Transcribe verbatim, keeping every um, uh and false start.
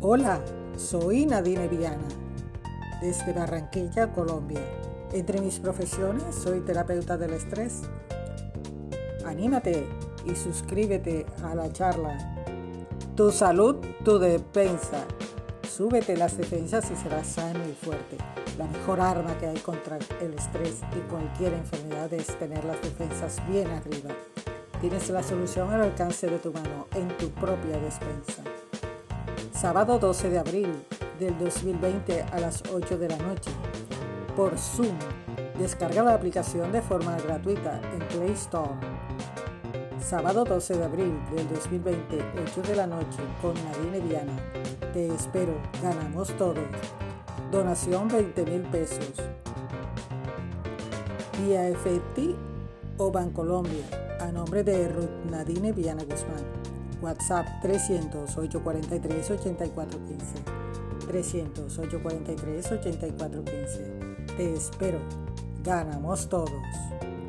Hola, soy Nadine Viana, desde Barranquilla, Colombia. Entre mis profesiones soy terapeuta del estrés. Anímate y suscríbete a la charla. Tu salud, tu defensa. Súbete las defensas y serás sano y fuerte. La mejor arma que hay contra el estrés y cualquier enfermedad es tener las defensas bien arriba. Tienes la solución al alcance de tu mano en tu propia despensa. Sábado doce de abril del dos mil veinte a las ocho de la noche, por Zoom. Descarga la aplicación de forma gratuita en Play Store. Sábado doce de abril del dos mil veinte, ocho de la noche, con Nadine Viana. Te espero, ganamos todos. Donación veinte mil pesos. Vía Efecti o Bancolombia, a nombre de Ruth Nadine Viana Guzmán. WhatsApp trescientos, ochocientos cuarenta y tres, ochenta y cuatro quince. trescientos, ochocientos cuarenta y tres, ochenta y cuatro quince. Te espero. Ganamos todos.